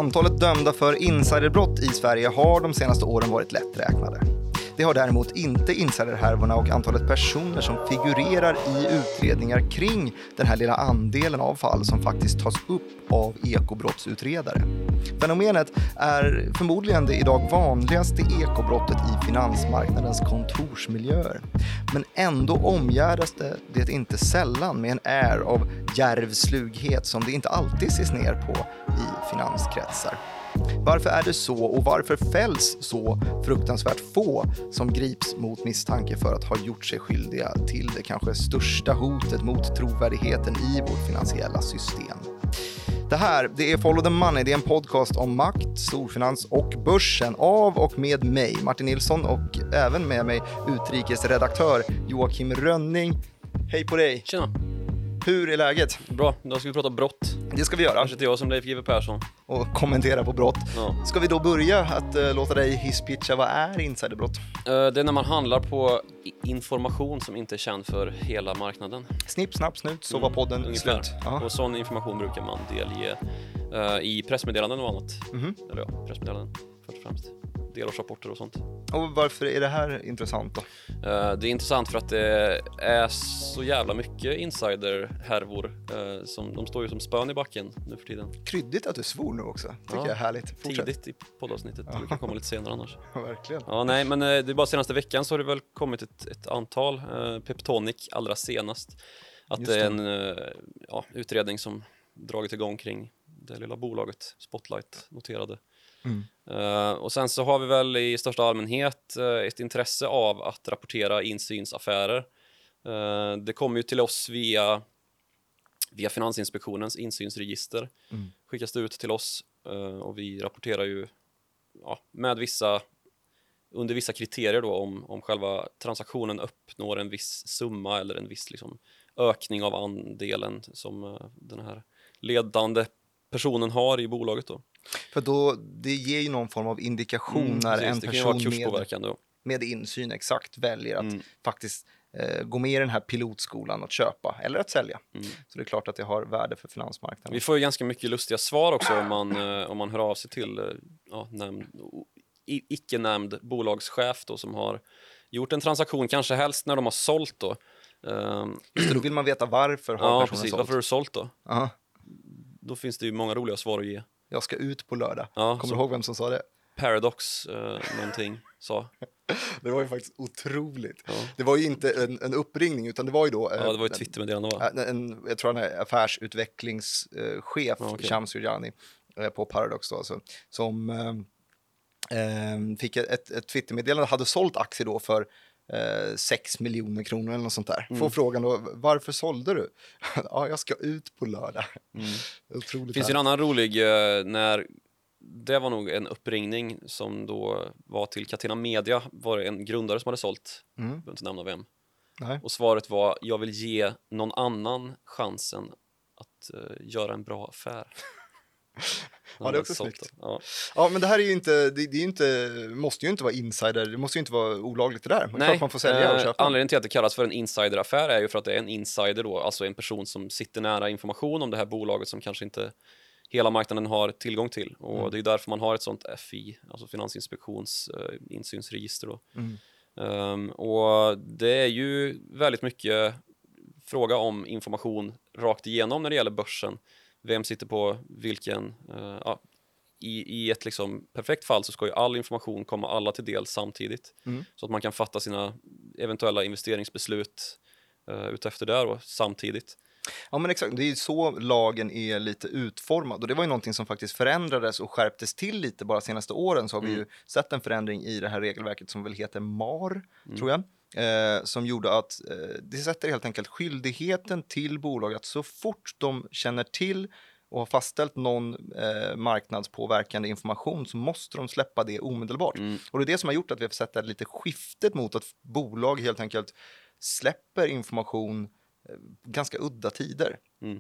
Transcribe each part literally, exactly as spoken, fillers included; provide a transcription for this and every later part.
Antalet dömda för insiderbrott i Sverige har de senaste åren varit lätträknade. Det har däremot inte insiderhärvorna och antalet personer som figurerar i utredningar kring den här lilla andelen av fall som faktiskt tas upp av ekobrottsutredare. Fenomenet är förmodligen det idag vanligaste ekobrottet i finansmarknadens kontorsmiljöer. Men ändå omgärdas det, det inte sällan med en är av djärvslughet som det inte alltid ses ner på i finanskretsar. Varför är det så och varför fälls så fruktansvärt få som grips mot misstanke för att ha gjort sig skyldiga till det kanske största hotet mot trovärdigheten i vårt finansiella system? Det här, det är Follow the Money, det är en podcast om makt, storfinans och börsen av och med mig, Martin Nilsson, och även med mig utrikesredaktör Joakim Rönning. Hej på dig! Tjena! Hur är läget? Bra, då ska vi prata brott. Det ska vi göra. Kanske inte jag som Leif G W Persson. Och kommentera på brott. Ja. Ska vi då börja att uh, låta dig hisspitcha, vad är insiderbrott? Uh, det är när man handlar på information som inte är känd för hela marknaden. Snipp, snapp, snut, så var podden mm, slut. Aha. Och sån information brukar man delge uh, i pressmeddelanden och annat. Mm-hmm. Eller ja, pressmeddelanden först och främst. Delårsrapporter och sånt. Och varför är det här intressant då? Uh, det är intressant för att det är så jävla mycket insider-härvor. Uh, som, de står ju som spön i backen nu för tiden. Kryddigt att du svor nu också. Tycker ja, jag är härligt. Fortsätt. Tidigt i poddavsnittet. Ja. Det kan komma lite senare annars. Ja, verkligen. Ja, nej, men uh, det är bara senaste veckan så har det väl kommit ett, ett antal. Uh, Peptonic allra senast. Att Just det är det. en uh, ja, utredning som dragit igång kring det lilla bolaget Spotlight noterade. Mm. Uh, och sen så har vi väl i största allmänhet uh, ett intresse av att rapportera insynsaffärer. Uh, det kommer ju till oss via, via Finansinspektionens insynsregister. Mm. Skickas det ut till oss uh, och vi rapporterar ju ja, med vissa, under vissa kriterier då om, om själva transaktionen uppnår en viss summa eller en viss liksom, ökning av andelen som uh, den här ledande personen har i bolaget då. För då, det ger ju någon form av indikation Mm, när precis, en det kan ju vara person med, kurspåverkande då. med insyn exakt väljer att Mm. faktiskt eh, gå med i den här pilotskolan att köpa eller att sälja. Mm. Så det är klart att det har värde för finansmarknaden. Vi får ju ganska mycket lustiga svar också om man, eh, om man hör av sig till eh, ja, nämnd, i, icke-nämnd bolagschef då, som har gjort en transaktion, kanske helst när de har sålt då. Um, Just det, då vill man veta varför har ja, personen precis. sålt. Varför har du sålt då? Aha. Då finns det ju många roliga svar att ge. Jag ska ut på lördag. Ja, Kommer så- du ihåg vem som sa det? Paradox, eh, någonting, sa. Det var ju faktiskt otroligt. Ja. Det var ju inte en, en uppringning utan det var ju då... Ja, det var ju Twittermeddelande va? En, en, jag tror han är affärsutvecklingschef, Ja, okej. Shams Surjani, eh, på Paradox då, alltså, som eh, eh, fick ett, ett, ett Twittermeddelande, hade sålt aktier då för eh, sex miljoner kronor eller något sånt där. Mm. Får frågan då, varför sålde du? Ja, jag ska ut på lördag. Mm. Otroligt. Det finns ju en annan rolig, eh, när det var nog en uppringning som då var till Catena Media, var det en grundare som hade sålt, Mm. jag behöver inte nämna vem. Nej. Och svaret var, jag vill ge någon annan chansen att uh, göra en bra affär. Ja, det är också Sålt snyggt. det. Ja. Ja, men det här är ju inte, det, det är ju inte, måste ju inte vara insider, det måste ju inte vara olagligt det där. Man, klart man får sälja och eh, köpa. anledningen till att det kallas för en insideraffär är ju för att det är en insider då, alltså en person som sitter nära information om det här bolaget som kanske inte hela marknaden har tillgång till. Och Mm. det är därför man har ett sånt F I, alltså Finansinspektions uh, insynsregister då. Mm. Um, och det är ju väldigt mycket fråga om information rakt igenom när det gäller börsen. Vem sitter på vilken... Uh, ja, i, I ett liksom perfekt fall så ska ju all information komma alla till del samtidigt. Mm. Så att man kan fatta sina eventuella investeringsbeslut uh, utefter där och samtidigt. Ja, men exakt, det är ju så lagen är lite utformad och det var ju någonting som faktiskt förändrades och skärptes till lite bara senaste åren, så har vi Mm. ju sett en förändring i det här regelverket som väl heter M A R, Mm. tror jag, eh, som gjorde att eh, det sätter helt enkelt skyldigheten till bolag att så fort de känner till och har fastställt någon eh, marknadspåverkande information så måste de släppa det omedelbart. Mm. Och det är det som har gjort att vi har sett det lite skiftet mot att bolag helt enkelt släpper information ganska udda tider. Mm.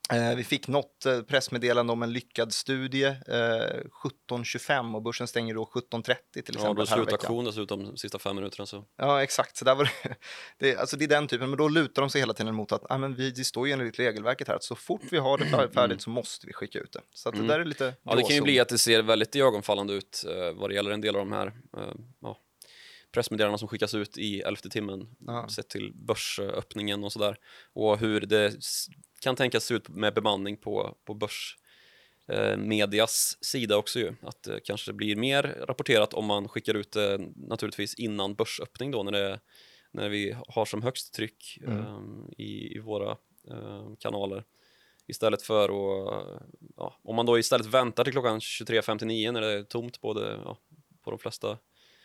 Eh, vi fick något eh, pressmeddelande om en lyckad studie eh, sjutton tjugofem och börsen stänger då sjutton trettio till Ja, exempel. då slutaktion dessutom de sista fem minuterna. Så. Ja, exakt. Så där var det, det, alltså det är den typen, men då lutar de sig hela tiden mot att ah, men vi, det står ju enligt regelverket här att så fort vi har det färdigt så måste vi skicka ut det. Så att Mm. det där är lite Ja, det kan ju gråzon. bli att det ser väldigt iögonfallande ut eh, vad det gäller en del av de här eh, ja, pressmeddelandena som skickas ut i elfte timmen Ja. sett till börsöppningen och sådär. Och hur det s- kan tänkas se ut med bemanning på, på börs eh, medias sida också ju. Att det kanske blir mer rapporterat om man skickar ut det naturligtvis innan börsöppning då när, det, när vi har som högst tryck Mm. eh, i, i våra eh, kanaler. Istället för att, ja, om man då istället väntar till klockan tjugotre femtionio när det är tomt både, ja, på de flesta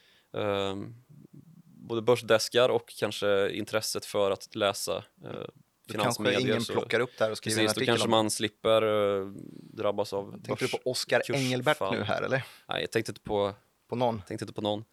eh, både börsdeskar och kanske intresset för att läsa eh, Då kanske finansmedier. ingen så, plockar upp där och skriver en precis, då artikel kanske om man slipper eh, drabbas av det. Tänkte du börs... på Oskar kursfall. Engelbert nu här eller? Nej, jag tänkte inte på, På någon? tänkte inte på någon.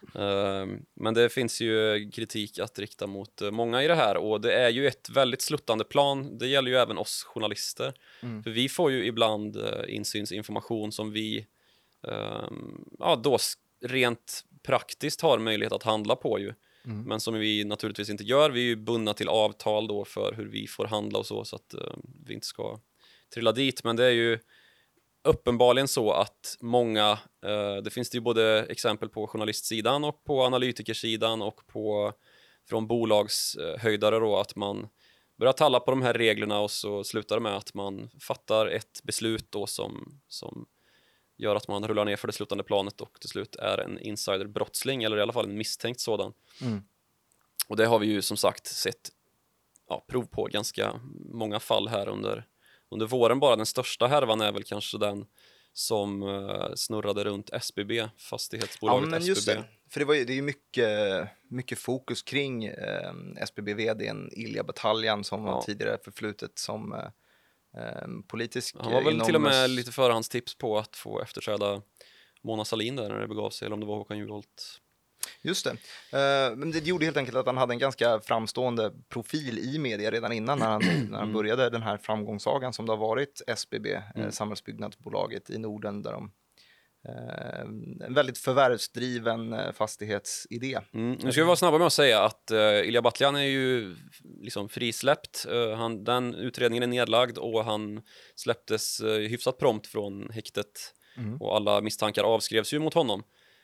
Eh, men det finns ju kritik att rikta mot eh, många i det här och det är ju ett väldigt sluttande plan. Det gäller ju även oss journalister. Mm. För vi får ju ibland eh, insynsinformation som vi eh, ja, då s- rent praktiskt har möjlighet att handla på ju. Mm. Men som vi naturligtvis inte gör. Vi är ju bundna till avtal då för hur vi får handla och så så att eh, vi inte ska trilla dit. Men det är ju uppenbarligen så att många, eh, det finns det ju både exempel på journalistsidan och på analytikersidan och på från bolagshöjdare då att man börjar talla på de här reglerna och så slutar det med att man fattar ett beslut då som, som gör att man rullar ner för det slutande planet och till slut är en insiderbrottsling eller i alla fall en misstänkt sådan. Mm. Och det har vi ju som sagt sett ja, prov på ganska många fall här under, under våren. Bara den största härvan är väl kanske den som uh, snurrade runt S B B, Ja, fastighetsbolaget men just S B B. det. För det, var ju, det är ju mycket, mycket fokus kring eh, S B B-vdn Ilja Bataljan som Ja. var tidigare förflutet som eh, eh, politisk. Han var väl inom- till och med lite förhandstips på att få efterträda Mona Sahlin där när det begav sig, eller om det var Håkan Juholt. Just det. Eh, men det gjorde helt enkelt att han hade en ganska framstående profil i media redan innan när han, när han började den här framgångssagan som det har varit S B B, eh, Mm. samhällsbyggnadsbolaget i Norden där de eh, en väldigt förvärvsdriven eh, fastighetsidé. Mm. Nu ska vi vara snabba med att säga att uh, Ilja Batljan är ju liksom frisläppt. Uh, han, den utredningen är nedlagd och han släpptes uh, hyfsat prompt från häktet Mm. och alla misstankar avskrevs ju mot honom.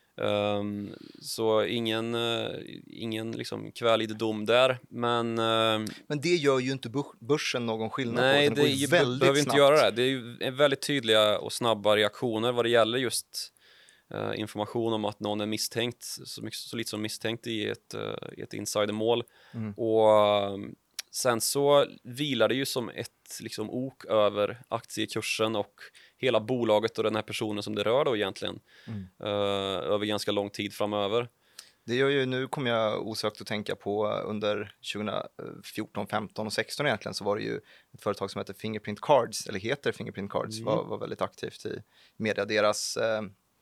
Um, så ingen, uh, ingen liksom kvällid dom där, men uh, Men det gör ju inte börs- börsen någon skillnad nej, på. det går ju är ju- väldigt behöver snabbt. inte göra det. Det är ju är väldigt tydliga och snabba reaktioner vad det gäller just uh, information om att någon är misstänkt, så, mycket, så lite som misstänkt i ett, uh, i ett insidermål. Mm. Och um, sen så vilar det ju som ett liksom ok över aktiekursen och hela bolaget och den här personen som det rör då egentligen Mm. uh, över ganska lång tid framöver. Det gör ju, nu kommer jag osökt att tänka på uh, under tjugofjorton, femton och sexton egentligen så var det ju ett företag som heter Fingerprint Cards, eller heter Fingerprint Cards, Mm. var, var väldigt aktivt i media. Deras, eh,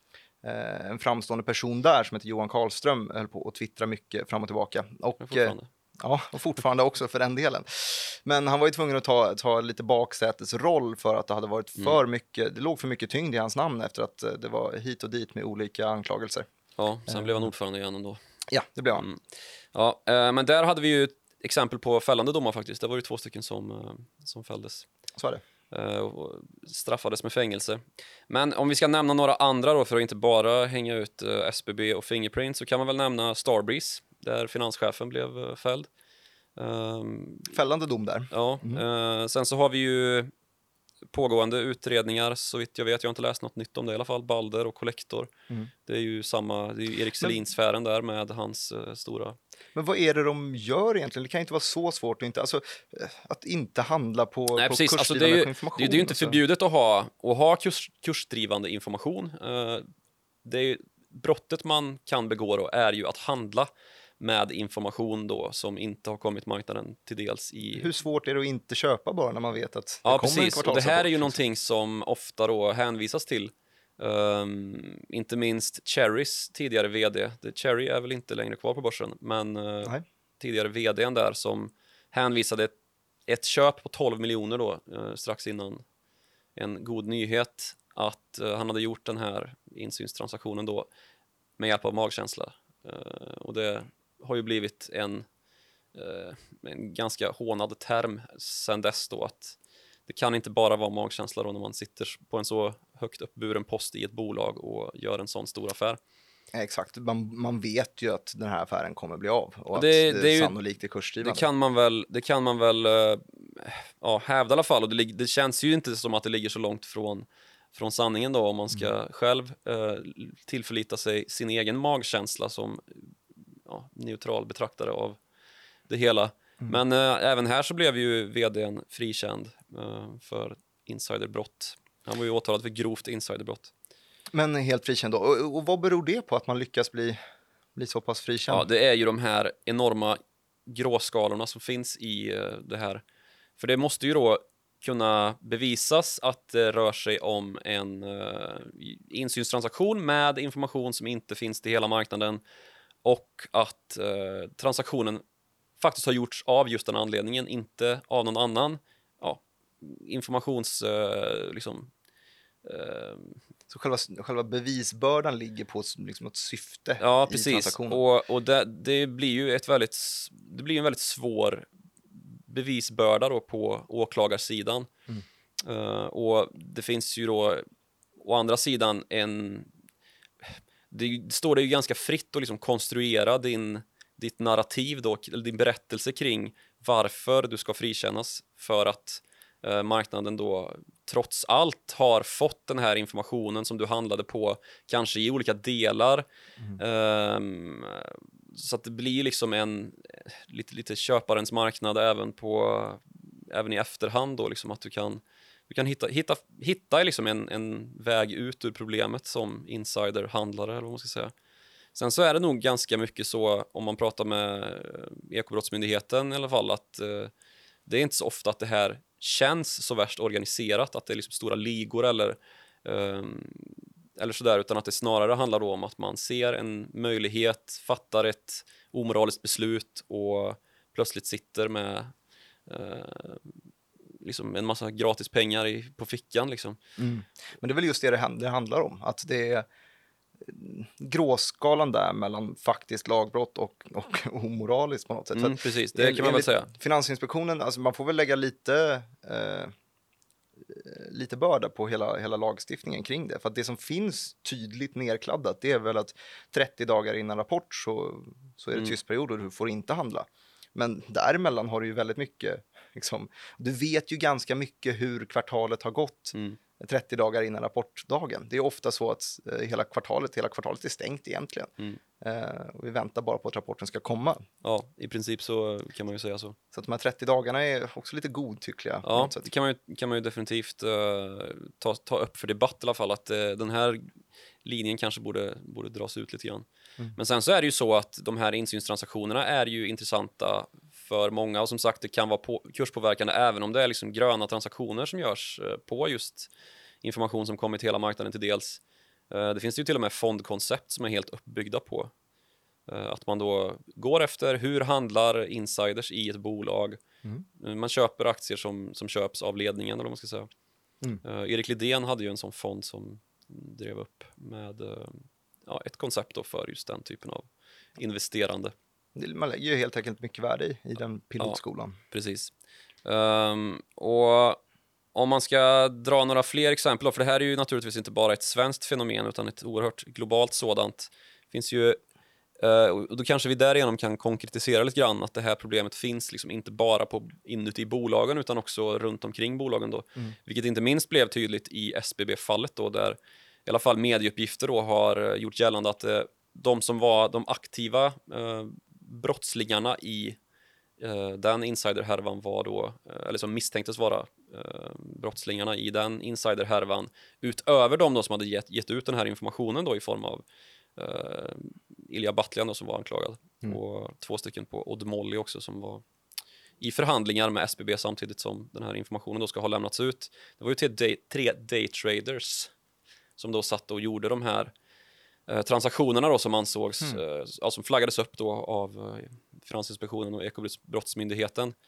eh, en framstående person där som heter Johan Karlström höll på att twittra mycket fram och tillbaka. Och, eh, Fortfarande. ja, och fortfarande också för den delen. Men han var ju tvungen att ta, ta lite baksätesroll för att det hade varit Mm. för mycket, det låg för mycket tyngd i hans namn efter att eh, det var hit och dit med olika anklagelser. Ja, sen blev han ordförande igen ändå. Ja, det blev han. Mm. Ja, eh, men där hade vi ju ett exempel på fällande domar faktiskt. Det var ju två stycken som, eh, som fälldes. Så är det. eh, och straffades med fängelse. Men om vi ska nämna några andra då för att inte bara hänga ut eh, S B B och Fingerprint så kan man väl nämna Starbreeze där finanschefen blev eh, fälld. Ehm, Fällande dom där. ja, eh, sen så har vi ju pågående utredningar så vitt jag vet, jag har inte läst något nytt om det i alla fall, Balder och Collector. Mm. Det är ju samma, det är ju Erik Selin-sfären där med hans eh, stora. Men vad är det de gör egentligen? Det kan inte vara så svårt att inte, alltså, eh, att inte handla på, Nej, på precis. Alltså, det, är kursdrivande ju, information. det, är- det är ju inte alltså. förbjudet att ha, att ha kurs, kursdrivande information. Eh, det är, ju- brottet man kan begå då är ju att handla med information då som inte har kommit marknaden till dels i... Hur svårt är det att inte köpa bara när man vet att det Ja, kommer en precis. Och det här kvartalsrapport, är ju liksom? någonting som ofta då hänvisas till. Um, inte minst Cherrys tidigare vd. Det, Cherry är väl inte längre kvar på börsen, men uh, Nej. tidigare vdn där som hänvisade ett köp på tolv miljoner då, eh, strax innan en god nyhet att eh, han hade gjort den här insynstransaktionen då med hjälp av magkänsla. Eh, och det har ju blivit en, eh, en ganska hånad term sedan dess då, att det kan inte bara vara magkänsla då när man sitter på en så högt uppburen post i ett bolag och gör en sån stor affär. Exakt, man, man vet ju att den här affären kommer bli av och att det, det, det är ju, sannolikt är kursdrivande. Det kan man väl, det kan man väl äh, ja, hävda i alla fall, och det, det känns ju inte som att det ligger så långt från, från sanningen då, om man ska mm. själv äh, tillförlita sig sin egen magkänsla som ja, neutral betraktare av det hela. Mm. Men äh, även här så blev ju vdn frikänd äh, för insiderbrott. Han var ju åtalad för grovt insiderbrott. Men helt frikänd då. Och, och vad beror det på att man lyckas bli, bli så pass frikänd? Ja, det är ju de här enorma gråskalorna som finns i uh, det här. För det måste ju då kunna bevisas att det rör sig om en uh, insynstransaktion med information som inte finns till hela marknaden, och att uh, transaktionen faktiskt har gjorts av just den anledningen, inte av någon annan. Ja, informations... Uh, liksom, uh, Så själva, själva bevisbördan ligger på liksom ett syfte ja, i precis. transaktionen. Och, och det, det blir ju ett väldigt, det blir en väldigt svår bevisbörda då på åklagarsidan. Mm. Uh, och det finns ju då å andra sidan en... Det står det ju ganska fritt att liksom konstruera din, ditt narrativ då, eller din berättelse kring varför du ska frikännas, för att uh, marknaden då trots allt har fått den här informationen som du handlade på, kanske i olika delar. Mm. Um, så att det blir liksom en lite, lite köparens marknad även på även i efterhand då, liksom att du kan du kan hitta hitta hitta liksom en en väg ut ur problemet som insiderhandlare, eller vad man ska säga. Sen så är det nog ganska mycket så, om man pratar med Ekobrottsmyndigheten i alla fall, att uh, det är inte så ofta att det här känns så värst organiserat, att det är liksom stora ligor eller um, eller sådär, utan att det snarare handlar då om att man ser en möjlighet, fattar ett omoraliskt beslut och plötsligt sitter med uh, liksom en massa gratis pengar i, på fickan liksom. Mm. Men det är väl just det det, det handlar om, att det är gråskalan där mellan faktiskt lagbrott och, och omoraliskt på något sätt. Mm, precis, det kan man väl säga. Finansinspektionen, alltså man får väl lägga lite eh, lite börda på hela, hela lagstiftningen kring det. För att det som finns tydligt nerkladdat, det är väl att trettio dagar innan rapport så, så är det mm. tystperiod och du får inte handla. Men däremellan har du ju väldigt mycket, liksom, du vet ju ganska mycket hur kvartalet har gått mm. trettio dagar innan rapportdagen. Det är ofta så att eh, hela kvartalet, hela kvartalet är stängt egentligen. Mm. Eh, och vi väntar bara på att rapporten ska komma. Ja, i princip så kan man ju säga så. Så att de här trettio dagarna är också lite godtyckliga. Ja, det kan man ju, kan man ju definitivt uh, ta, ta upp för debatt i alla fall, att uh, den här linjen kanske borde, borde dras ut lite grann. Mm. Men sen så är det ju så att de här insynstransaktionerna är ju intressanta för många, och som sagt, det kan vara på, kurspåverkande även om det är liksom gröna transaktioner som görs uh, på just information som kommit hela marknaden till dels. Uh, det finns ju till och med fondkoncept som är helt uppbyggda på uh, att man då går efter hur handlar insiders i ett bolag. Mm. Uh, man köper aktier som, som köps av ledningen, eller vad man ska säga. Mm. Uh, Erik Lidén hade ju en sån fond som drev upp med uh, ja, ett koncept då för just den typen av investerande. Man lägger ju helt enkelt mycket värde i, i den pilotskolan. Ja, precis. Um, och om man ska dra några fler exempel då, för det här är ju naturligtvis inte bara ett svenskt fenomen utan ett oerhört globalt sådant. Finns ju, uh, och då kanske vi därigenom kan konkretisera lite grann att det här problemet finns liksom inte bara på inuti bolagen utan också runt omkring bolagen då. Mm. Vilket inte minst blev tydligt i S B B-fallet då, där i alla fall medieuppgifter då har gjort gällande att uh, de som var de aktiva uh, brottslingarna i uh, den insiderhärvan var då, uh, eller som misstänktes vara uh, brottslingarna i den insiderhärvan, utöver de då som hade gett, gett ut den här informationen då i form av uh, Ilja Batljan då, som var anklagad, mm. och två stycken på Odd Molly också som var i förhandlingar med S B B samtidigt som den här informationen då ska ha lämnats ut. Det var ju till day, tre daytraders som då satt och gjorde de här eh, transaktionerna då som ansågs, mm. eh, alltså flaggades upp då av eh, Finansinspektionen och Ekobrottsmyndigheten.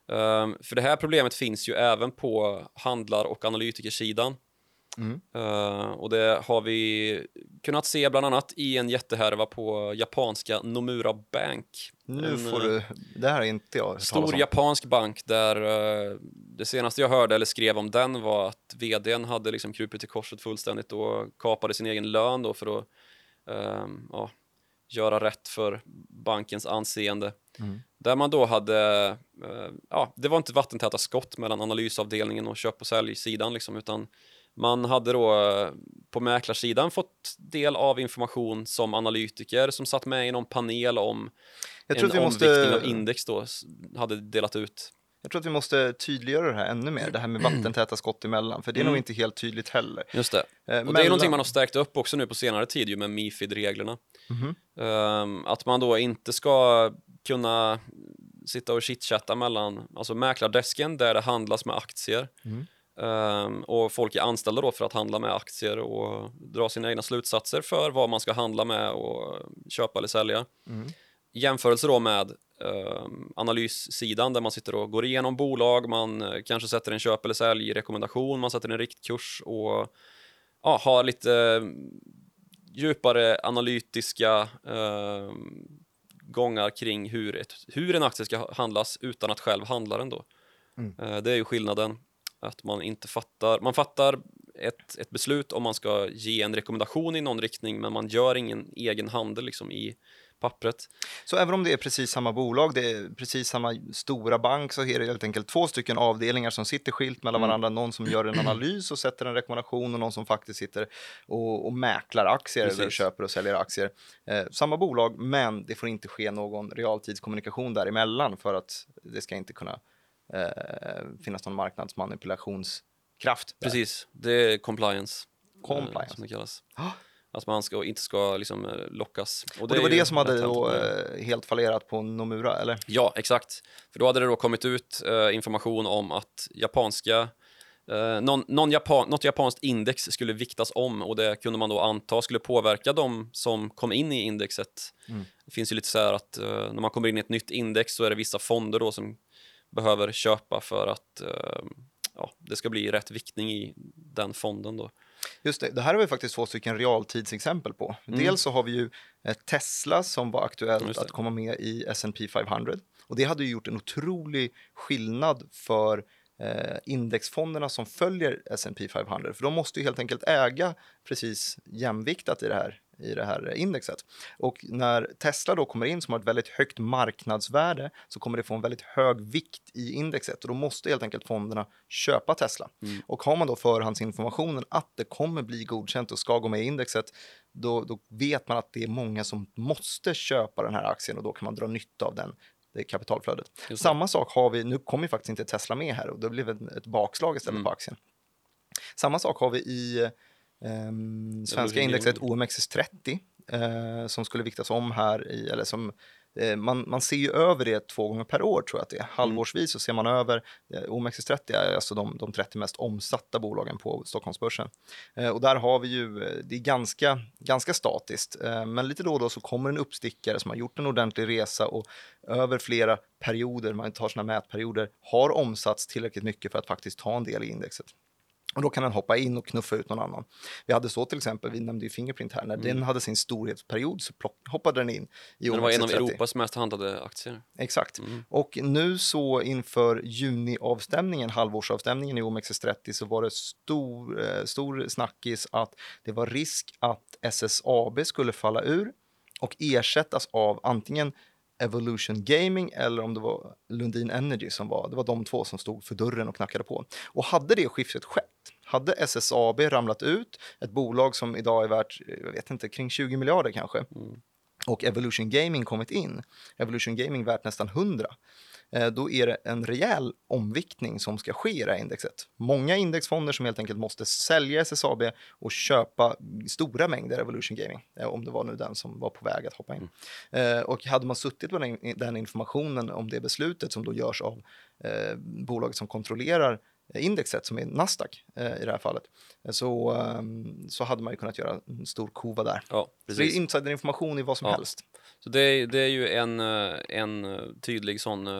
Um, för det här problemet finns ju även på handlar- och analytikersidan. Mm. Uh, och det har vi kunnat se bland annat i en jättehärva på japanska Nomura Bank. Nu en, får du, det här är inte jag hört stor talas om. japansk bank där uh, det senaste jag hörde eller skrev om den var att vdn hade liksom krupit i korset fullständigt och kapade sin egen lön då för att um, ja, göra rätt för bankens anseende. Mm. Där man då hade, uh, ja, det var inte vattentäta skott mellan analysavdelningen och köp- och säljsidan liksom, utan man hade då uh, på mäklarsidan fått del av information som analytiker som satt med i någon panel om Jag tror en att vi omviktning måste... av index då hade delat ut. Jag tror att vi måste tydliggöra det här ännu mer, det här med vattentäta skott emellan, för det är Mm. nog inte helt tydligt heller. Just det. Eh, Och det är mellan- någonting man har stärkt upp också nu på senare tid ju med MiFID-reglerna. Mhm. Um, att man då inte ska kunna sitta och chitchatta mellan, alltså mäklardesken där det handlas med aktier. Mm. Um, och folk är anställda då för att handla med aktier och dra sina egna slutsatser för vad man ska handla med och köpa eller sälja. Mm. I jämförelse då med um, analyssidan där man sitter och går igenom bolag, man uh, kanske sätter en köp eller sälj rekommendation, man sätter en riktkurs och ja, har lite uh, djupare analytiska uh, gångar kring hur, ett, hur en aktie ska handlas utan att själv handla den då. Mm. Uh, det är ju skillnaden. Att man inte fattar, man fattar ett, ett beslut om man ska ge en rekommendation i någon riktning, men man gör ingen egen handel liksom i pappret. Så även om det är precis samma bolag, det är precis samma stora bank, så är det helt enkelt två stycken avdelningar som sitter skilt mellan Mm. varandra. Någon som gör en analys och sätter en rekommendation och någon som faktiskt sitter och, och mäklar aktier Precis. eller köper och säljer aktier. Eh, samma bolag, men det får inte ske någon realtidskommunikation däremellan för att det ska inte kunna eh, finnas någon marknadsmanipulationskraft där. Precis, det är compliance. Compliance. eh, Som det kallas. Ah. Att man ska, inte ska liksom, eh, lockas. Och det är var ju det som hade lätt hänt då, att man gör. eh, helt fallerat på Nomura, eller? Ja, exakt. För då hade det då kommit ut eh, information om att japanska eh, någon, någon Japan, något japanskt index skulle viktas om, och det kunde man då anta skulle påverka de som kom in i indexet. Mm. Det finns ju lite så här att eh, när man kommer in i ett nytt index så är det vissa fonder då som behöver köpa för att eh, ja, det ska bli rätt viktning i den fonden då. Just det, det här har vi faktiskt två stycken realtidsexempel på. Mm. Dels så har vi ju eh, Tesla som var aktuellt Just det. att komma med i S and P femhundra. Och det hade ju gjort en otrolig skillnad för eh, indexfonderna som följer S and P femhundra. För de måste ju helt enkelt äga precis jämviktat i det här, i det här indexet. Och när Tesla då kommer in som har ett väldigt högt marknadsvärde, så kommer det få en väldigt hög vikt i indexet, och då måste helt enkelt fonderna köpa Tesla. Mm. Och har man då förhandsinformationen att det kommer bli godkänt och ska gå med i indexet, då, då vet man att det är många som måste köpa den här aktien, och då kan man dra nytta av den, det kapitalflödet. Just det. Samma sak har vi, nu kommer ju faktiskt inte Tesla med här, och det blev ett, ett bakslag istället Mm. på aktien. Samma sak har vi i ehm, svenska Evolution indexet Gaming. O M X S trettio eh, som skulle viktas om här i, eller som eh, man, man ser ju över det två gånger per år, tror jag att det är. Halvårsvis så ser man över, eh, O M X S trettio är alltså de, de trettio mest omsatta bolagen på Stockholmsbörsen. Eh, och där har vi ju, eh, det är ganska, ganska statiskt, eh, men lite då och då så kommer en uppstickare som har gjort en ordentlig resa och över flera perioder, man tar sina mätperioder, har omsatts tillräckligt mycket för att faktiskt ta en del i indexet. Och då kan den hoppa in och knuffa ut någon annan. Vi hade så till exempel, vi nämnde ju Fingerprint här, när Mm. den hade sin storhetsperiod så plock, hoppade den in i Det var en av O M X S trettio. Europas mest handlade aktier. Exakt. Mm. Och nu så inför juniavstämningen, halvårsavstämningen i O M X S trettio, så var det stor, eh, stor snackis att det var risk att S S A B skulle falla ur och ersättas av antingen Evolution Gaming eller om det var Lundin Energy som var, det var de två som stod för dörren och knackade på. Och hade det skiftet skett, hade S S A B ramlat ut, ett bolag som idag är värt, jag vet inte, kring tjugo miljarder kanske, Mm. och Evolution Gaming kommit in, Evolution Gaming värt nästan hundra, eh, då är det en rejäl omviktning som ska ske i det här indexet. Många indexfonder som helt enkelt måste sälja S S A B och köpa stora mängder Evolution Gaming, eh, om det var nu den som var på väg att hoppa in. Eh, och hade man suttit på den, den informationen om det beslutet som då görs av eh, bolaget som kontrollerar indexet, som är Nasdaq eh, i det här fallet, så, um, så hade man ju kunnat göra en stor kova där. Ja, Så det är precis. insiderinformation i vad som Ja. helst. Så det, är- det är ju en, eh, en eh, tydlig sån eh,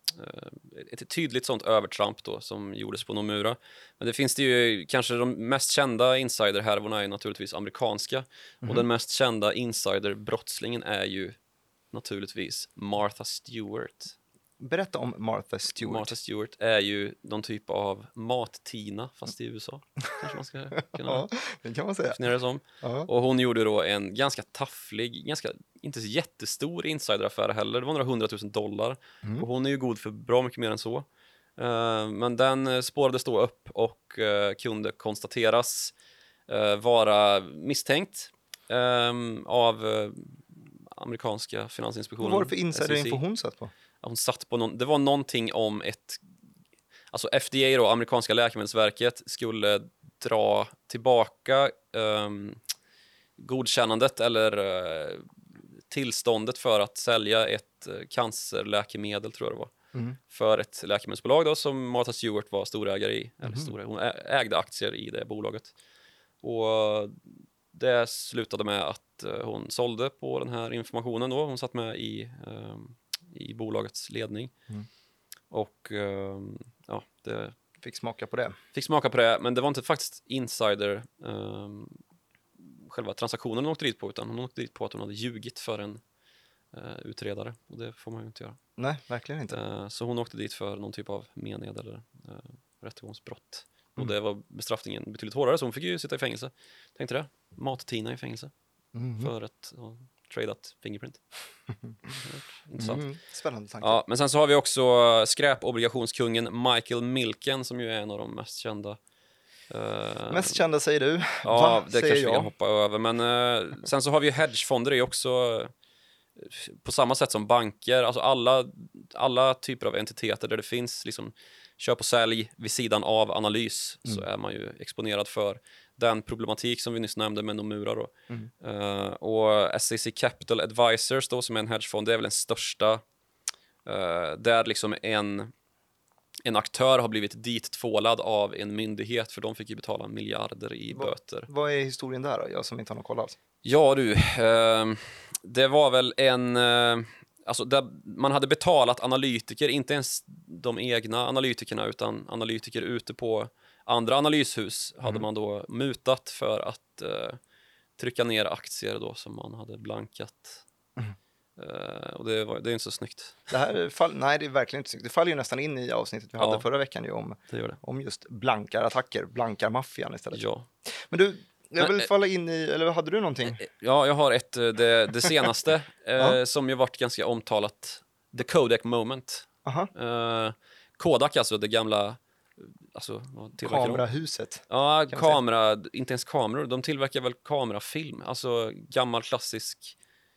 ett tydligt sånt övertramp då som gjordes på Nomura. Men det finns det ju, kanske de mest kända insiderhärvorna är naturligtvis amerikanska. Mm-hmm. Och den mest kända insiderbrottslingen är ju naturligtvis Martha Stewart. Berätta om Martha Stewart. Martha Stewart är ju någon typ av mat-Tina, fast i U S A. Kanske man ska kunna ja, det kan man säga. Det som. Ja. Och hon gjorde då en ganska tafflig, ganska inte så jättestor insideraffär heller. Det var några hundratusen dollar. Mm. Och hon är ju god för bra mycket mer än så. Uh, men den spårades då upp och uh, kunde konstateras uh, vara misstänkt um, av uh, amerikanska finansinspektionen. Vad var det för insiderinfo hon satt på? Hon satt på någon, det var någonting om ett, alltså F D A då, amerikanska läkemedelsverket, skulle dra tillbaka um, godkännandet eller uh, tillståndet för att sälja ett uh, cancerläkemedel, tror jag det var, mm. för ett läkemedelsbolag då, som Martha Stewart var storägare i, mm. eller stora, hon ägde aktier i det bolaget. Och det slutade med att uh, hon sålde på den här informationen då, hon satt med i um, i bolagets ledning. Mm. Och um, ja, det fick smaka på det. Fick smaka på det, men det var inte faktiskt insider um, själva transaktionen hon åkte dit på, utan hon åkte dit på att hon hade ljugit för en uh, utredare, och det får man ju inte göra. Nej, verkligen inte. Uh, så hon åkte dit för någon typ av mened eller uh, rättegångsbrott. Mm. Och det var bestraffningen betydligt hårdare, så hon fick ju sitta i fängelse. Tänkte det, mat-Tina i fängelse. Mm. För ett uh, tradeat fingerprint. Intressant. Mm, spännande tanke. Ja, men sen så har vi också skräpobligationskungen Michael Milken, som ju är en av de mest kända. Uh, mest kända säger du. Ja, Va, det kanske jag. vi kan hoppa över. Men uh, sen så har vi ju hedgefonder, är också uh, på samma sätt som banker. Alltså alla, alla typer av entiteter där det finns liksom köp och sälj vid sidan av analys, mm. så är man ju exponerad för den problematik som vi nyss nämnde med Nomura då. Mm. Uh, och S E C Capital Advisors då, som är en hedgefond, det är väl den största uh, där liksom en, en aktör har blivit dit tvålad av en myndighet, för de fick ju betala miljarder i Va, böter. Vad är historien där då, jag som inte har någon koll alls? Ja du, uh, det var väl en... Uh, Alltså där man hade betalat analytiker, inte ens de egna analytikerna, utan analytiker ute på andra analyshus mm. hade man då mutat för att uh, trycka ner aktier då som man hade blankat. Mm. Uh, och det, var, det är inte så snyggt. Det här fall, nej, det är verkligen inte snyggt. Det faller ju nästan in i avsnittet vi ja, hade förra veckan ju om, det gör det. om just blankarattacker, blankarmaffian istället. Ja. Men du... Jag vill falla in i, eller hade du någonting? Ja, jag har ett, det, det senaste eh, ja. som ju varit ganska omtalat. The Kodak Moment. Eh, Kodak, alltså det gamla... Alltså, kamerahuset. Ja, kamera, inte ens kameror. De tillverkar väl kamerafilm. Alltså gammal klassisk...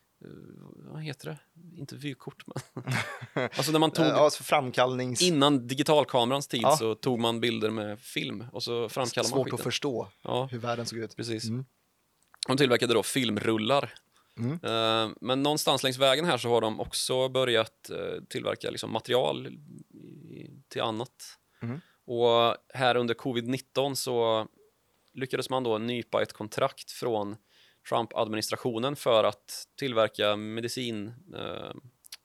Vad heter det? Inte vykort, men... alltså när man tog... Ja, alltså framkallnings... Innan digitalkamerans tid ja. så tog man bilder med film och så framkallade Svårt man skiten. Svårt att förstå ja. hur världen såg ut. Precis. Mm. De tillverkade då filmrullar. Mm. Uh, men någonstans längs vägen här så har de också börjat uh, tillverka liksom, material i, till annat. Mm. Och här under covid nitton så lyckades man då nypa ett kontrakt från Trump-administrationen för att tillverka medicin eh,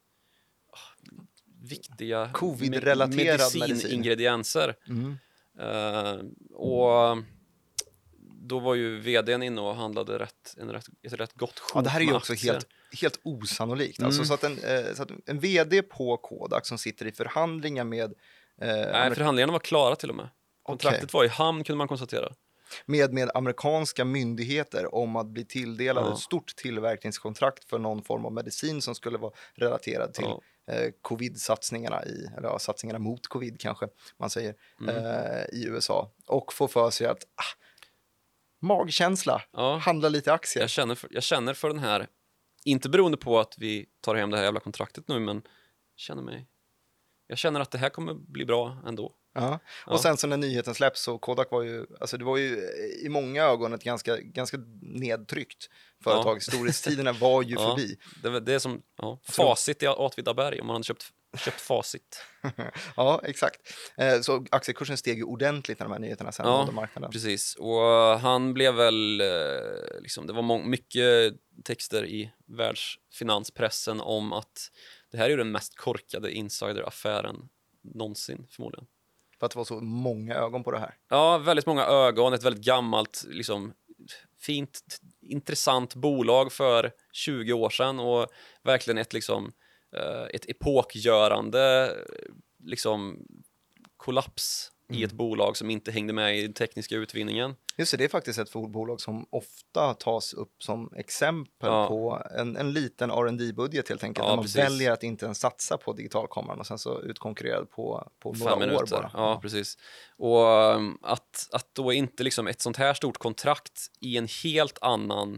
viktiga covid-relaterad me- mediciningredienser. Mm. Eh, och då var ju vdn inne och handlade rätt, en rätt, ett rätt gott sjok. Ja, det här är ju också helt, helt osannolikt. Mm. Alltså, så att en, eh, så att en vd på Kodak som sitter i förhandlingar med... Eh, Nej, amerik- förhandlingarna var klara till och med. Kontraktet okay. var i hamn, kunde man konstatera. Med, med amerikanska myndigheter om att bli tilldelad ja. ett stort tillverkningskontrakt för någon form av medicin som skulle vara relaterad till ja. eh, covid-satsningarna i, eller ja, satsningarna mot covid kanske man säger, mm. eh, i U S A. Och få för sig att ah, magkänsla, ja. handla lite aktier. Jag känner, för, jag känner för den här, inte beroende på att vi tar hem det här jävla kontraktet nu, men känner mig, jag känner att det här kommer bli bra ändå. Ja. Och ja. sen så när nyheten släpps så Kodak var ju, alltså det var ju i många ögon ett ganska, ganska nedtryckt företag. Ja. Storhetstiderna var ju ja. förbi. Det, det är som ja, Facit i Åtvidaberg om man hade köpt, köpt Facit. Ja, exakt. Så aktiekursen steg ju ordentligt när de här nyheterna sen ja, nådde marknaden. Precis. Och han blev väl, liksom, det var må- mycket texter i världsfinanspressen om att det här är ju den mest korkade insideraffären någonsin förmodligen. För att det var så många ögon på det här. Ja, väldigt många ögon, ett väldigt gammalt, liksom fint, intressant bolag för tjugo år sedan och verkligen ett liksom ett epokgörande liksom kollaps mm. i ett bolag som inte hängde med i den tekniska utvinningen. Just det, det är faktiskt ett bolag som ofta tas upp som exempel ja. på en, en liten R and D-budget helt enkelt. Ja, där man precis. väljer att inte ens satsa på digitalkameran och sen så utkonkurrerad på, på några Fem minuter. år bara. Ja, ja, precis. Och um, att, att då inte liksom ett sånt här stort kontrakt i en helt annan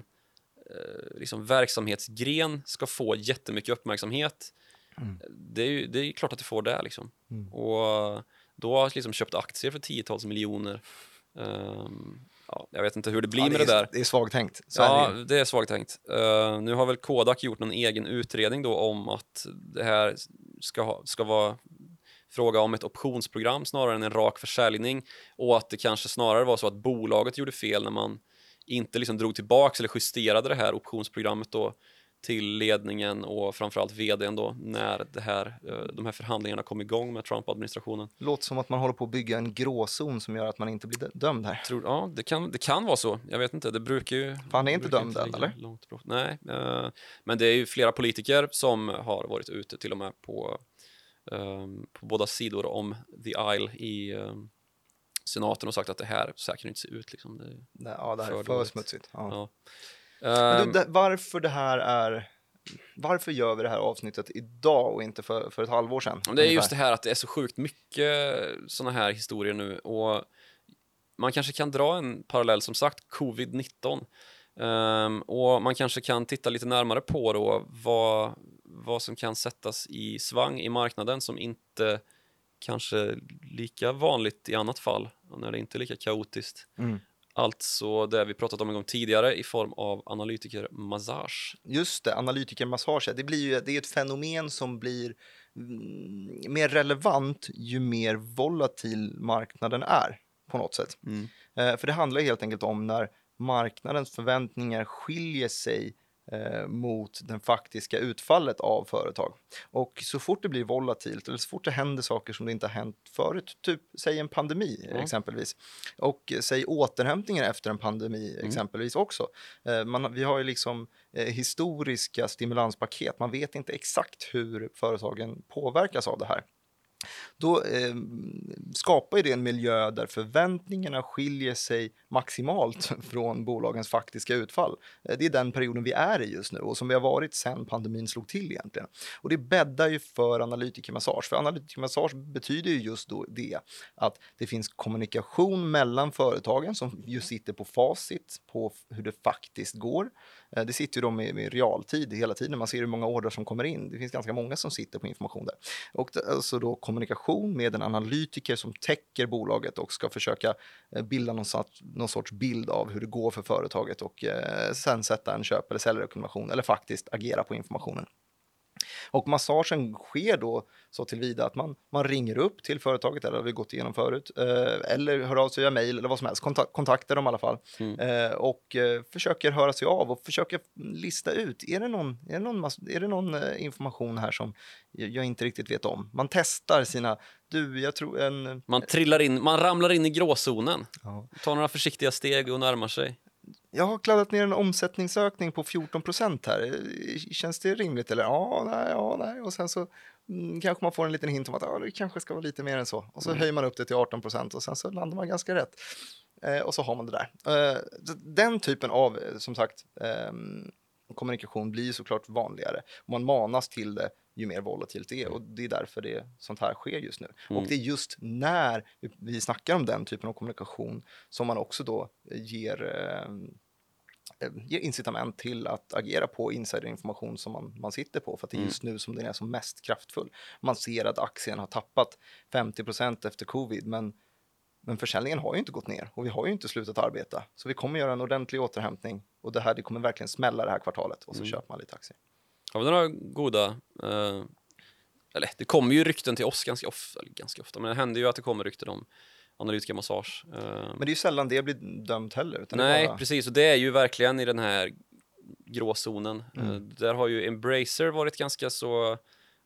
uh, liksom verksamhetsgren ska få jättemycket uppmärksamhet. Mm. Det är ju det är klart att det får det liksom. Mm. Och då har jag liksom köpt aktier för tiotals miljoner. Um, ja, jag vet inte hur det blir ja, det med är, det där. Det är svagt tänkt. Så ja, är det. det är svagt tänkt. Uh, nu har väl Kodak gjort någon egen utredning då om att det här ska, ha, ska vara fråga om ett optionsprogram snarare än en rak försäljning och att det kanske snarare var så att bolaget gjorde fel när man inte liksom drog tillbaka eller justerade det här optionsprogrammet då till ledningen och framförallt vdn då när det här, de här förhandlingarna kom igång med Trump-administrationen. Låter som att man håller på att bygga en gråzon som gör att man inte blir dömd här. Tror, ja, det kan, det kan vara så. Jag vet inte, det brukar ju... Han är inte dömd än, eller? Långt Nej, uh, men det är ju flera politiker som har varit ute till och med på, um, på båda sidor om the aisle i um, senaten och sagt att det här säkert inte ser ut. Liksom. Det Nej, ja, det här är för dåligt. Smutsigt. Ja. Ja. Men du, det, varför det här är varför gör vi det här avsnittet idag och inte för, för ett halvår sedan? Det är just det här att det är så sjukt mycket såna här historier nu och man kanske kan dra en parallell som sagt covid nitton um, och man kanske kan titta lite närmare på då vad, vad som kan sättas i svang i marknaden som inte kanske lika vanligt i annat fall när det inte är lika kaotiskt. Mm. Alltså det vi pratat om en gång tidigare i form av analytikermassage. Just det, analytikermassage. Det blir ju det är ett fenomen som blir mm, mer relevant ju mer volatil marknaden är på något sätt. Mm. Eh, för det handlar helt enkelt om när marknadens förväntningar skiljer sig eh, mot den faktiska utfallet av företag. Och så fort det blir volatilt eller så fort det händer saker som det inte har hänt förut, typ säg en pandemi mm. exempelvis och säg återhämtningen efter en pandemi mm. exempelvis också. Eh, man, vi har ju liksom eh, historiska stimulanspaket. Man vet inte exakt hur företagen påverkas av det här. Då eh, skapar ju det en miljö där förväntningarna skiljer sig maximalt från bolagens faktiska utfall. Eh, det är den perioden vi är i just nu och som vi har varit sedan pandemin slog till egentligen. Och det bäddar ju för analytikermassage. För analytikermassage betyder ju just då det att det finns kommunikation mellan företagen som ju sitter på facit på hur det faktiskt går. Eh, det sitter ju de i, i realtid hela tiden. Man ser hur många order som kommer in. Det finns ganska många som sitter på information där. Och det, alltså då kommunikation med en analytiker som täcker bolaget och ska försöka bilda någon sorts, någon sorts bild av hur det går för företaget och eh, sen sätta en köp- eller säljrekommendation eller faktiskt agera på informationen. Och massagen sker då så tillvida att man, man ringer upp till företaget, eller har vi gått igenom förut, eh, eller hör av sig via mejl eller vad som helst, kontak- kontaktar dem i alla fall mm. eh, och eh, försöker höra sig av och försöker lista ut, är det någon, är det någon, mass- är det någon eh, information här som jag inte riktigt vet om. Man testar sina, du, jag tror en... Man trillar in, man ramlar in i gråzonen, ja. Tar några försiktiga steg och närmar sig. Jag har kladdat ner en omsättningsökning på fjorton procent här. Känns det rimligt? Eller ja, nej, ja, nej. Och sen så mm, kanske man får en liten hint om att ja, det kanske ska vara lite mer än så. Och så mm. höjer man upp det till arton procent och sen så landar man ganska rätt. Eh, och så har man det där. Eh, den typen av, som sagt, eh, kommunikation blir såklart vanligare. Man manas till det ju mer volatilt det är. Och det är därför det sånt här sker just nu. Mm. Och det är just när vi snackar om den typen av kommunikation som man också då ger, eh, ger incitament till att agera på insiderinformation som man, man sitter på. För att det är just nu som den är som mest kraftfull. Man ser att aktien har tappat femtio procent efter covid, men Men försäljningen har ju inte gått ner och vi har ju inte slutat arbeta. Så vi kommer göra en ordentlig återhämtning och det här det kommer verkligen smälla det här kvartalet och så mm. köper man lite aktier. Har vi några goda, eh, eller det kommer ju rykten till oss ganska ofta, eller ganska ofta, men det händer ju att det kommer rykten om analytiska massage. Eh. Men det är ju sällan det blir dömt heller. Utan Nej, bara... precis, och det är ju verkligen i den här gråzonen. Mm. Eh, där har ju Embracer varit ganska så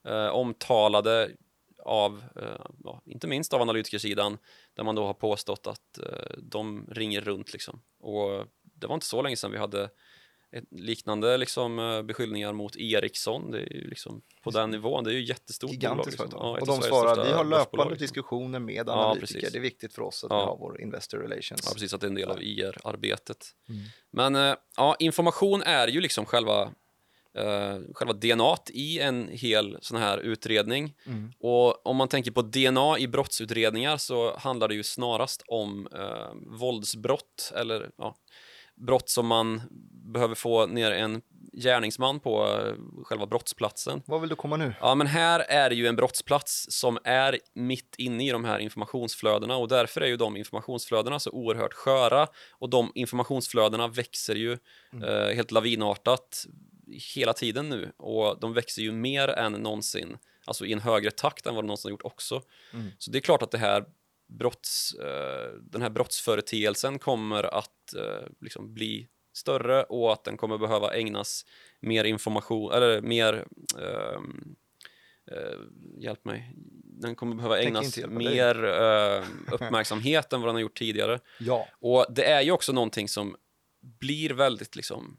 eh, omtalade av, eh, ja, inte minst av analytikersidan, där man då har påstått att eh, de ringer runt liksom. Och det var inte så länge sedan vi hade ett liknande liksom, beskyllningar mot Ericsson. Det är ju liksom på den nivån. Det är ju jättestort gigantiskt bolag. Liksom. företag. Ja, och de svarar, vi har löpande diskussioner med ja, analytiker. precis. Det är viktigt för oss att ja. vi har vår investor relations. Ja, precis, att det är en del av I R-arbetet. Mm. Men ja, information är ju liksom själva Uh, själva D N A-t i en hel sån här utredning. Mm. Och om man tänker på D N A i brottsutredningar så handlar det ju snarast om uh, våldsbrott eller ja, brott som man behöver få ner en gärningsman på uh, själva brottsplatsen. Vad vill du komma nu? Ja, men här är det ju en brottsplats som är mitt inne i de här informationsflödena och därför är ju de informationsflödena så oerhört sköra och de informationsflödena växer ju mm. uh, helt lavinartat hela tiden nu och de växer ju mer än någonsin, alltså i en högre takt än vad de någonsin har gjort också. Mm. Så det är klart att det här brotts, uh, den här brottsföreteelsen kommer att uh, liksom bli större och att den kommer behöva ägnas mer information eller mer uh, uh, hjälp mig den kommer behöva ägnas mer uh, uppmärksamhet än vad den har gjort tidigare. Ja. Och det är ju också någonting som blir väldigt liksom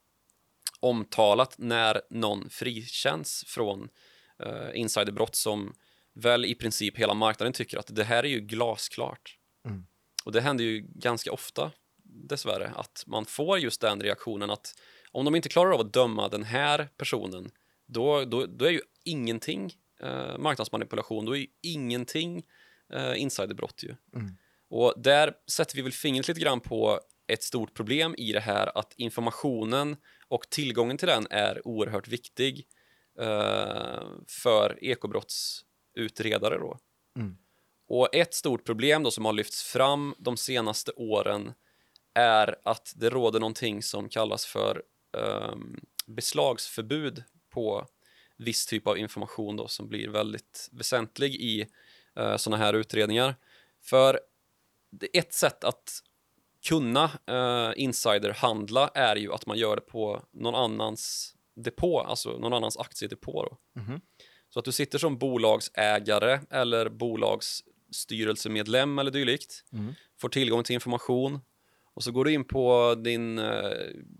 omtalat när någon frikänns från uh, insiderbrott som väl i princip hela marknaden tycker att det här är ju glasklart. Mm. Och det händer ju ganska ofta dessvärre att man får just den reaktionen att om de inte klarar av att döma den här personen då, då, då är ju ingenting uh, marknadsmanipulation, då är ju ingenting uh, insiderbrott ju. Mm. Och där sätter vi väl fingret lite grann på ett stort problem i det här att informationen och tillgången till den är oerhört viktig uh, för ekobrottsutredare då. Mm. Och ett stort problem då som har lyfts fram de senaste åren är att det råder någonting som kallas för um, beslagsförbud på viss typ av information då som blir väldigt väsentlig i uh, sådana här utredningar. För det är ett sätt att kunna uh, insiderhandla är ju att man gör det på någon annans depå, alltså någon annans aktiedepå då. Mm-hmm. Så att du sitter som bolagsägare eller bolagsstyrelsemedlem eller dylikt, mm. får tillgång till information och så går du in på din uh,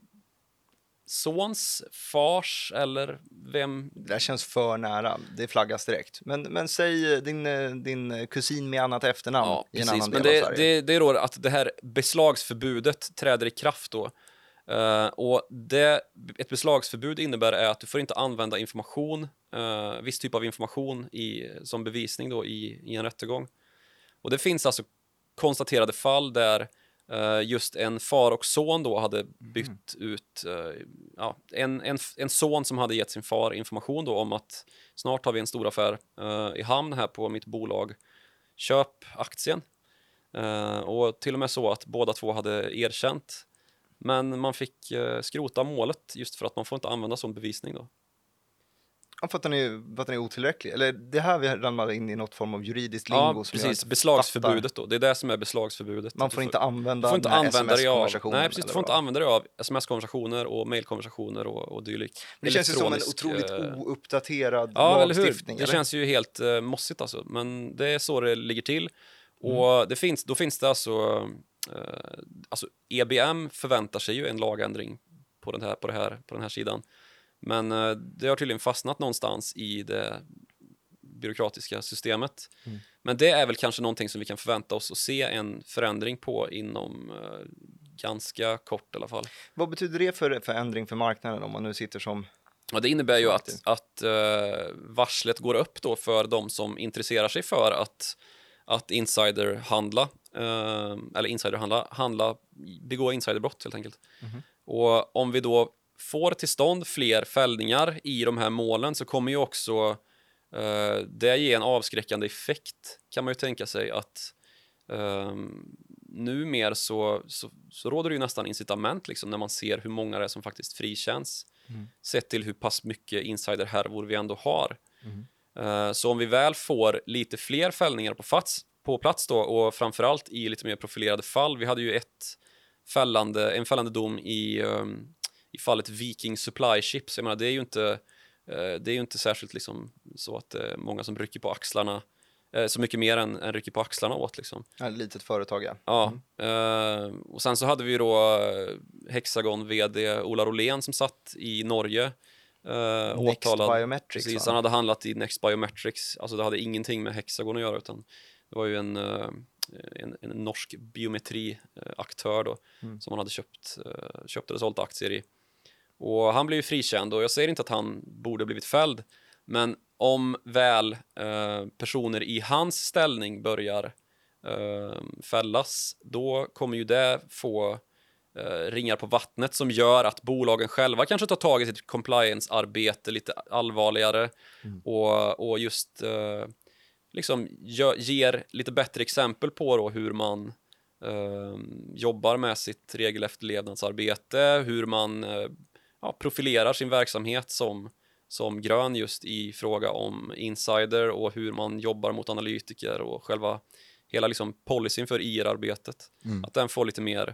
sons, fars eller vem... Det här känns för nära, det flaggas direkt. Men, men säg din, din kusin med annat efternamn ja, i en precis. annan men del det, av Sverige. Det, det är då att det här beslagsförbudet träder i kraft då. Uh, och det ett beslagsförbud innebär är att du får inte använda information, uh, viss typ av information i, som bevisning då i, i en rättegång. Och det finns alltså konstaterade fall där Uh, just en far och son då hade bytt mm. ut uh, ja, en, en, en son som hade gett sin far information då om att snart har vi en stor affär uh, i hamn här på mitt bolag, köp aktien. Uh, och till och med så att båda två hade erkänt, men man fick uh, skrota målet just för att man får inte använda som bevisning då. Ja, för att den är, för att den är otillräcklig. Eller det här vi ramlar in i något form av juridiskt lingo. Ja, som precis. Beslagsförbudet då. Det är det som är beslagsförbudet. Man får inte använda, får inte använda sms-konversationer. Nej, precis. Du får inte använda dig av sms-konversationer och mailkonversationer och, och dylikt. Det känns ju som en otroligt uh, ouppdaterad ja, lagstiftning. Det eller? Känns ju helt uh, mossigt alltså. Men det är så det ligger till. Och mm. det finns, då finns det alltså... Uh, alltså E B M förväntar sig ju en lagändring på den här, på det här, på den här sidan. Men uh, det har tydligen fastnat någonstans i det byråkratiska systemet. Mm. Men det är väl kanske någonting som vi kan förvänta oss att se en förändring på inom uh, ganska kort i alla fall. Vad betyder det för förändring för marknaden om man nu sitter som... Ja, det innebär ju att, att uh, varslet går upp då för de som intresserar sig för att, att insiderhandla, uh, eller insiderhandla, handla, begå insiderbrott helt enkelt. Mm. Och om vi då får till stånd fler fällningar i de här målen så kommer ju också uh, det ge en avskräckande effekt, kan man ju tänka sig att uh, numer så, så, så råder det ju nästan incitament liksom, när man ser hur många det är som faktiskt frikänns, mm. sett till hur pass mycket insiderhärvor vi ändå har. Mm. Uh, så om vi väl får lite fler fällningar på plats, på plats då, och framförallt i lite mer profilerade fall, vi hade ju ett fällande, en fällande dom i um, i fallet Viking Supply Ships. Jag menar, det är ju inte eh, det är ju inte särskilt liksom, så att det är många som rycker på axlarna, eh, så mycket mer än, än rycker på axlarna åt. Liksom. Ja, ett litet företag, ja. Ja, eh, och sen så hade vi då Hexagon-V D Ola Rolén som satt i Norge. Uh, Next åtalad. Biometrics. Precis, va? han hade handlat i Next Biometrics. Alltså det hade ingenting med Hexagon att göra, utan det var ju en, uh, en, en norsk biometriaktör då, Mm. som han hade köpt, uh, köpt eller sålt aktier i. Och han blev ju frikänd, och jag säger inte att han borde blivit fälld, men om väl uh, personer i hans ställning börjar uh, fällas, då kommer ju det få Uh, ringar på vattnet som gör att bolagen själva kanske tar tag i sitt compliance-arbete lite allvarligare mm. och, och just uh, liksom gör, ger lite bättre exempel på då hur man uh, jobbar med sitt regelefterlevnadsarbete, hur man uh, ja, profilerar sin verksamhet som, som grön just i fråga om insider, och hur man jobbar mot analytiker och själva hela liksom policyn för I R-arbetet. Mm. Att den får lite mer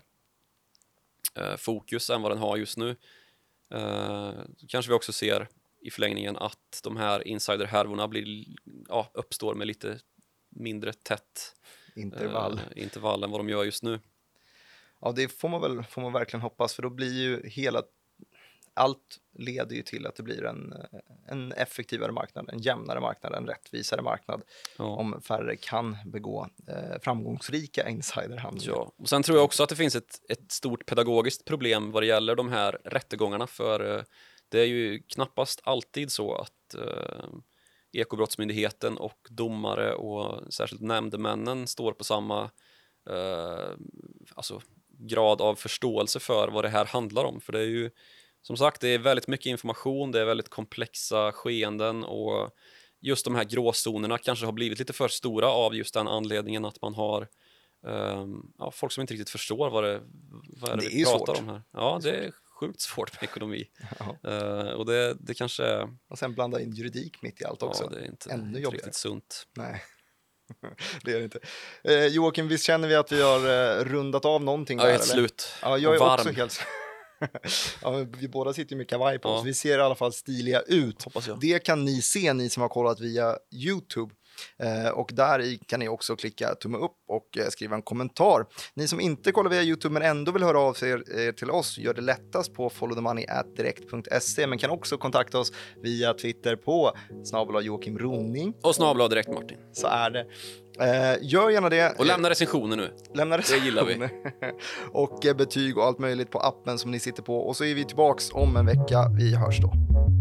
Uh, fokus än vad den har just nu. Uh, kanske vi också ser i förlängningen att de här insider-härvorna blir, ja, uppstår med lite mindre tätt intervall. Uh, intervall än vad de gör just nu. Ja, det får man väl får man verkligen hoppas, för då blir ju hela allt leder ju till att det blir en, en effektivare marknad, en jämnare marknad, en rättvisare marknad, ja. Om färre kan begå eh, framgångsrika insiderhandlingar. Ja, och sen tror jag också att det finns ett, ett stort pedagogiskt problem vad det gäller de här rättegångarna, för eh, det är ju knappast alltid så att eh, Ekobrottsmyndigheten och domare och särskilt nämndemännen står på samma eh, alltså, grad av förståelse för vad det här handlar om, för det är ju som sagt, det är väldigt mycket information, det är väldigt komplexa skeenden, och just de här gråzonerna kanske har blivit lite för stora av just den anledningen att man har um, ja, folk som inte riktigt förstår vad det, vad är det, det vi pratar svårt. om här. Ja, det är sjukt svårt med ekonomi. uh, och det, det kanske... Och sen blanda in juridik mitt i allt också. Ja, det är inte, Ännu inte riktigt sunt. Nej. Det är det inte. Eh, Joakim, visst känner vi att vi har eh, rundat av någonting ja, där? Jag är helt eller? slut. Ja, jag är varm. också helt ja, vi båda sitter med kavaj på ja. oss. Vi ser i alla fall stiliga ut. Hoppas jag. Det kan ni se, ni som har kollat via YouTube. Eh, och där i kan ni också klicka tumme upp och eh, skriva en kommentar. Ni som inte kollar via YouTube men ändå vill höra av sig eh, till oss, gör det lättast på follow the money at direkt punkt se, men kan också kontakta oss via Twitter på snabel-a Joakim Ronning och snabel-a direkt Martin. Så är det. Eh, gör gärna det. Och lämna recensioner nu. Lämna recensioner. Det gillar vi. Och eh, betyg och allt möjligt på appen som ni sitter på. Och så är vi tillbaks om en vecka. Vi hörs då.